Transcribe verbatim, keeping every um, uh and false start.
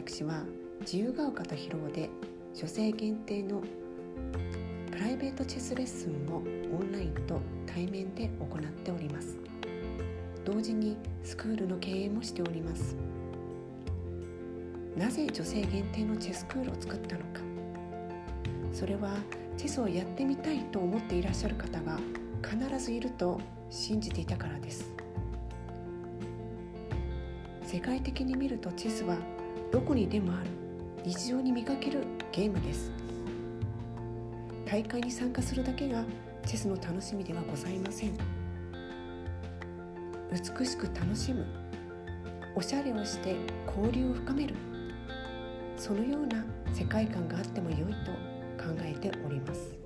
私は自由が丘と広尾で女性限定のプライベートチェスレッスンをオンラインと対面で行っております。同時にスクールの経営もしております。なぜ女性限定のチェススクールを作ったのか。それはチェスをやってみたいと思っていらっしゃる方が必ずいると信じていたからです。世界的に見るとチェスはどこにでもある日常に見かけるゲームです。大会に参加するだけがチェスの楽しみではございません。美しく楽しむ、おしゃれをして交流を深める、そのような世界観があっても良いと考えております。